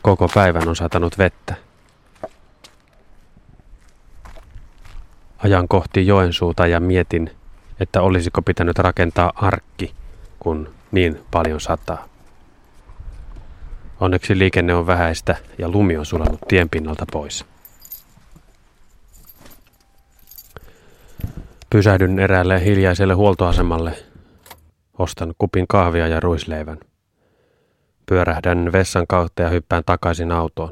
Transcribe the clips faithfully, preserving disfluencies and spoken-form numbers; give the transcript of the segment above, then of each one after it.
Koko päivän on satanut vettä. Ajan kohti Joensuuta ja mietin, että olisiko pitänyt rakentaa arkki, kun niin paljon sataa. Onneksi liikenne on vähäistä ja lumi on sulanut tienpinnalta pois. Pysähdyn eräälle hiljaiselle huoltoasemalle. Ostan kupin kahvia ja ruisleivän. Pyörähdän vessan kautta ja hyppään takaisin autoon.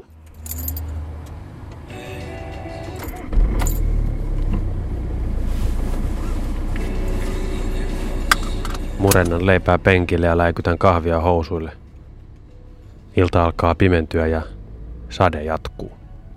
Murennan leipää penkille ja läikytän kahvia housuille. Ilta alkaa pimentyä ja sade jatkuu.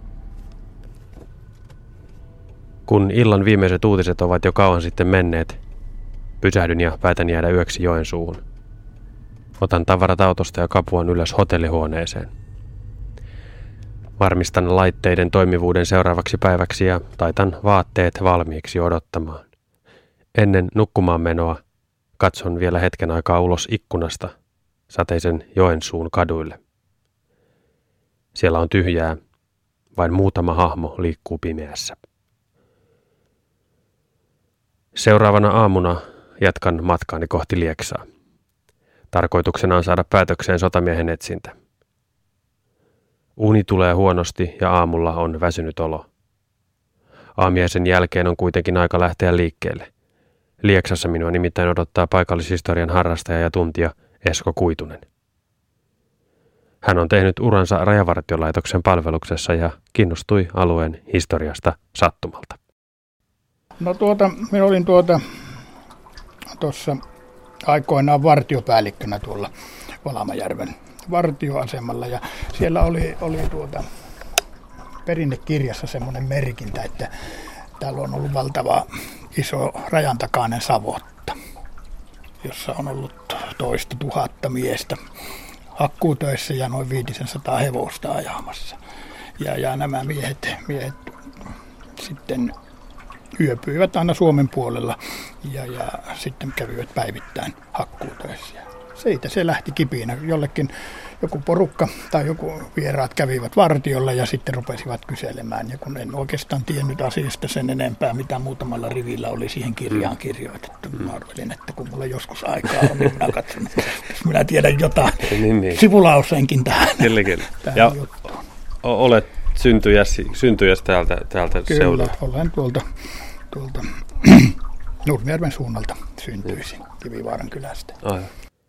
Kun illan viimeiset uutiset ovat jo kauan sitten menneet, pysähdyn ja päätän jäädä yöksi Joensuuhun. Otan tavarat autosta ja kapuan ylös hotellihuoneeseen. Varmistan laitteiden toimivuuden seuraavaksi päiväksi ja taitan vaatteet valmiiksi odottamaan. Ennen nukkumaan menoa katson vielä hetken aikaa ulos ikkunasta sateisen Joensuun kaduille. Siellä on tyhjää, vain muutama hahmo liikkuu pimeässä. Seuraavana aamuna jatkan matkaani kohti Lieksaa. Tarkoituksena on saada päätökseen sotamiehen etsintä. Uni tulee huonosti ja aamulla on väsynyt olo. Aamiaisen jälkeen on kuitenkin aika lähteä liikkeelle. Lieksassa minua nimittäin odottaa paikallishistorian harrastaja ja tuntija Esko Kuitunen. Hän on tehnyt uransa Rajavartiolaitoksen palveluksessa ja kiinnostui alueen historiasta sattumalta. No tuota, minä olin tuota tuossa aikoinaan vartiopäällikkönä tuolla Valamajärven vartioasemalla ja siellä oli, oli tuota perinnekirjassa semmoinen merkintä, että täällä on ollut valtava iso rajantakainen savotta, jossa on ollut toista tuhatta miestä hakkuutöissä ja noin viitisensataa hevosta ajamassa. Ja, ja nämä miehet, miehet sitten yöpyivät aina Suomen puolella ja, ja sitten kävivät päivittäin hakkuutöissä. Siitä se lähti kipinä. Jollekin joku porukka tai joku vieraat kävivät vartiolla ja sitten rupesivat kyselemään. Ja kun en oikeastaan tiennyt asiasta sen enempää, mitä muutamalla rivillä oli siihen kirjaan kirjoitettu. Mä arvelin, että kun mulla joskus aikaa on, niin minä katson, jos minä tiedän jotain niin, niin. sivulausenkin tähän, tähän ja juttuun. Olet syntyjäs, syntyjäs täältä, täältä Kyllä, seudulta. olen tuolta, tuolta Nurmijärven suunnalta syntyisin Kivivaaran kylästä. Aivan.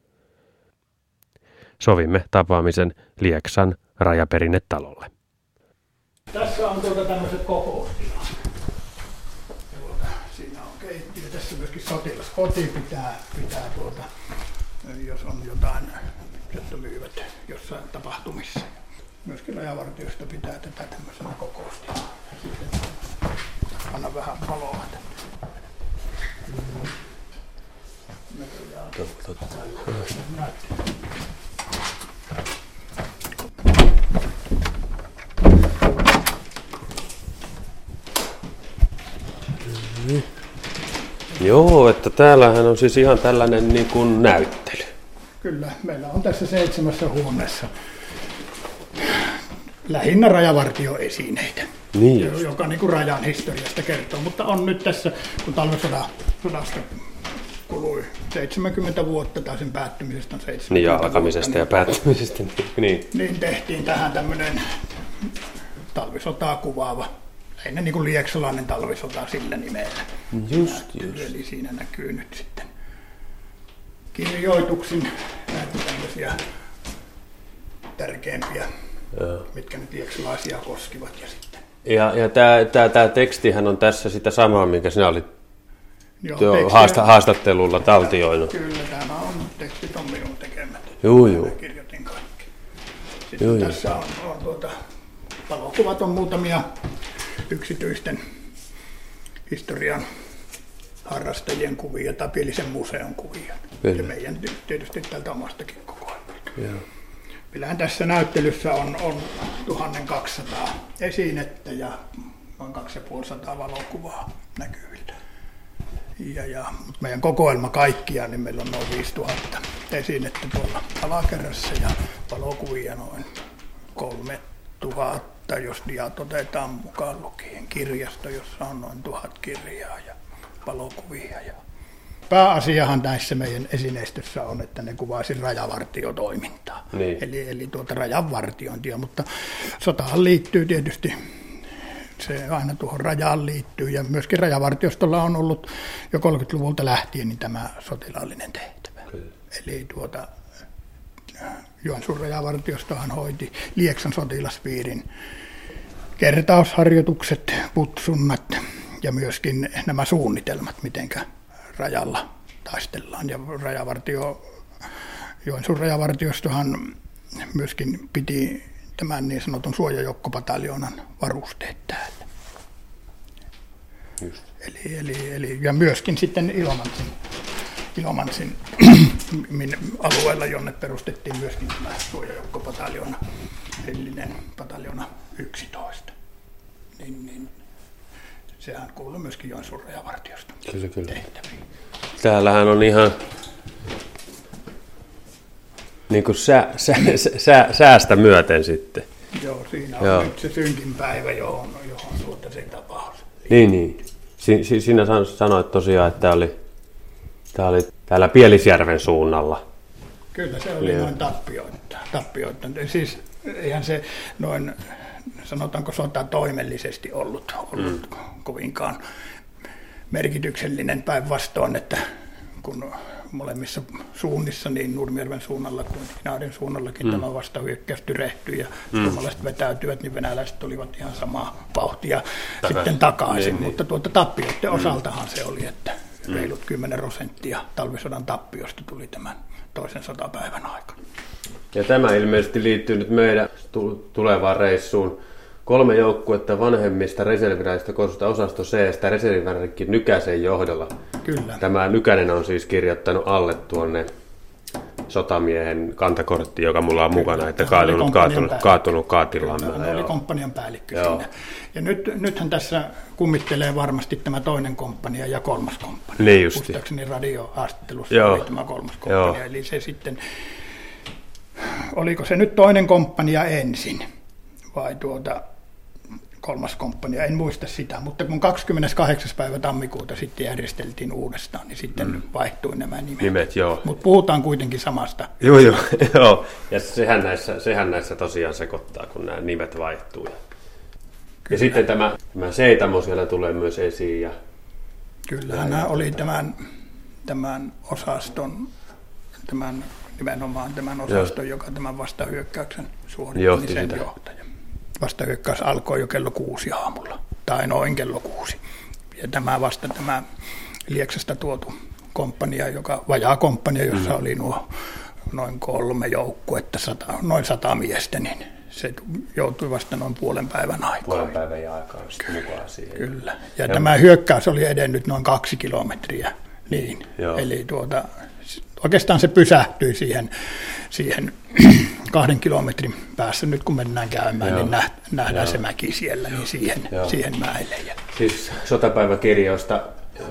Sovimme tapaamisen Lieksan rajaperinnetalolle. Tässä on tuota tämmöiset kokoustilat. Tuota, siinä on keittiö, tässä myöskin sotilaskoti pitää, pitää tuota, jos on jotain, jotka myyvät jossain tapahtumissa. Myöskin rajavartiosta pitää tätä tämmöisenä kokoustilaa. Anna vähän valoa. Totta. Joo, että täällähän on siis ihan tällainen niin kuin näyttely. Kyllä, meillä on tässä seitsemässä huoneessa lähinnä rajavartioesineitä, niin joka niin kuin rajan historiasta kertoo. Mutta on nyt tässä, kun talvisodasta kului seitsemänkymmentä vuotta tai sen päättymisestä on seitsemänkymmentä niin, ja alkamisesta vuotta, ja päättymisestä. Niin. niin tehtiin tähän tämmöinen talvisotaa kuvaava, lähinnä niin kuin lieksalainen talvisota sillä nimellä. Just, just. Eli siinä näkyy nyt sitten kirjoituksin näitä tämmöisiä tärkeimpiä, Joo. mitkä nyt lieksalaisia koskivat. Ja, sitten. ja, ja tämä, tämä, tämä tekstihän on tässä sitä samaa, minkä sinä olit Joo, Joo, haasta, haastattelulla taltioinut. Kyllä, tämä on, tekstit on minun tekemät. Joo, joo. Kirjoitin kaikki. Sitten Joo, tässä joo. on, on tuota, valokuvat on muutamia yksityisten historian harrastajien kuvia tai Pielisen museon kuvia. Kyllä. Ja meidän tietysti tältä omastakin kokoelmalta. Kyllähän tässä näyttelyssä on, on tuhatkaksisataa esinettä ja noin kaksisataaviisikymmentä valokuvaa näkyvillä. Ja, ja, mutta meidän kokoelma kaikkiaan, niin meillä on noin viisituhatta esinettä tuolla alakerrassa ja valokuvia noin kolme tuhatta, jos diat otetaan mukaan lukien. Kirjasto, jossa on noin tuhat kirjaa ja valokuvia. Ja pääasiahan näissä meidän esineistössä on, että ne kuvaisi rajavartiotoimintaa, niin. eli, eli tuota rajanvartiointia, mutta sotahan liittyy tietysti, se aina tuohon rajaan liittyy, ja myöskin rajavartiostolla on ollut jo kolmekymmentäluvulta lähtien niin tämä sotilaallinen tehtävä. Kyllä. Eli tuota, Joensuun rajavartiostohan hoiti Lieksan sotilaspiirin kertausharjoitukset, putsunnat ja myöskin nämä suunnitelmat, mitenkä rajalla taistellaan. Ja rajavartio, Joensuun rajavartiostohan myöskin piti tämän niin sanotun suojajoukkopataljoonan varusteet täällä. Just. Eli, eli, eli, ja myöskin sitten Ilomantsin, Ilomantsin alueella, jonne perustettiin myöskin tämä suojajoukkopataljona, erillinen pataljona yksitoista. Niin, niin, sehän kuuluu myöskin Joensuun rajavartiosta tehtäviin. Täällähän on ihan niin kuin sä, sä, sä, säästä myöten sitten. Joo, siinä on Joo. nyt se synkin päivä, johon, johon tuota se tapaus. Niin, niin. Si, si, sinä sanoit tosiaan, että tämä oli, tämä oli täällä Pielisjärven suunnalla. Kyllä, se oli Joo. noin tappioita. tappioita. Siis eihän se noin, sanotaanko sota toimellisesti ollut, ollut mm. kovinkaan merkityksellinen, päinvastoin, että kun molemmissa suunnissa, niin Nurmijärven suunnalla kuin Inarien suunnallakin mm. tämä vastahyökkäys tyrehtyi ja mm. suomalaiset vetäytyivät, niin venäläiset olivat ihan samaa vauhtia Taka. sitten takaisin. Niin, mutta tuota tappioiden mm. osaltahan se oli, että mm. reilut kymmenen prosenttia talvisodan tappiosta tuli tämän toisen sotapäivän aikana. Ja tämä ilmeisesti liittyy nyt meidän tulevaan reissuun. Kolme joukkuetta vanhemmista reserviläisistä koostusta osasto C-stä reservivärikin Nykäsen johdolla. Kyllä. Tämä Nykänen on siis kirjoittanut alle tuonne sotamiehen kantakortti, joka mulla on mukana, että kaatunut, kaatunut, kaatunut Kaatilammella. Hän oli komppanian päällikkö joo. siinä. Ja nyt, nythän tässä kummittelee varmasti tämä toinen komppania ja kolmas komppania. Niin justi. Muistaakseni radiohaastattelussa oli tämä kolmas komppania. Joo. Eli se sitten, oliko se nyt toinen komppania ensin vai tuota kolmas komppania, en muista sitä, mutta kun kahdeskymmeneskahdeksas päivä tammikuuta sitten järjesteltiin uudestaan, niin sitten mm. vaihtui nämä nimet. nimet mutta puhutaan kuitenkin samasta. Joo, joo, joo. Ja sehän näissä, sehän näissä tosiaan sekoittaa, kun nämä nimet vaihtuu. Ja, ja sitten tämä, tämä Seitamo siellä tulee myös esiin. Ja Kyllähän nämä oli tämän, tämän osaston, tämän, nimenomaan tämän osaston, joo. joka tämän vastahyökkäyksen suoritti, niin sen johtaja. Vastahyökkäys alkoi jo kello kuusi aamulla, tai noin kello kuusi. Ja tämä vasta tämä Lieksasta tuotu komppania, joka, vajaa komppania, jossa mm. oli nuo noin kolme joukkuetta, sata, noin sata miestä, niin se joutui vasta noin puolen päivän aikaan. Puolen päivän ja aikaan sitten mukaan siihen. Kyllä. Ja, ja tämä hyökkäys oli edennyt noin kaksi kilometriä. Niin. Eli tuota, oikeastaan se pysähtyi siihen, siihen kahden kilometrin päässä. Nyt kun mennään käymään, Joo. niin nähdään Joo. se mäki siellä, niin siihen, siihen mäelle. Siis sotapäiväkirjoista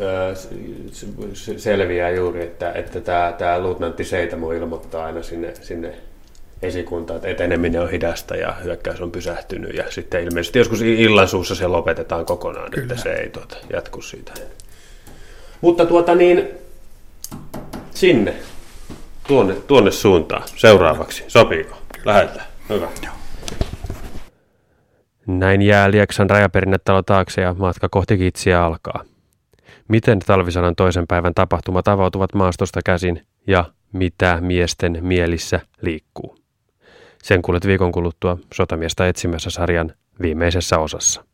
selviää juuri, että, että tämä, tämä luutnantti Seitamo ilmoittaa aina sinne, sinne esikuntaan, että eteneminen on hidasta ja hyökkäys on pysähtynyt. Ja sitten ilmeisesti joskus illansuussa se lopetetaan kokonaan, Kyllä. että se ei tuota, jatku siitä. Mutta tuota niin, sinne, tuonne, tuonne suuntaan, seuraavaksi. Sopiiko? Lähdetään. Hyvä. Näin jää Lieksan rajaperinnetalo taakse ja matka kohti Kitsiä alkaa. Miten talvisodan toisen päivän tapahtumat avautuvat maastosta käsin ja mitä miesten mielissä liikkuu? Sen kuulet viikon kuluttua Sotamiestä etsimässä sarjan viimeisessä osassa.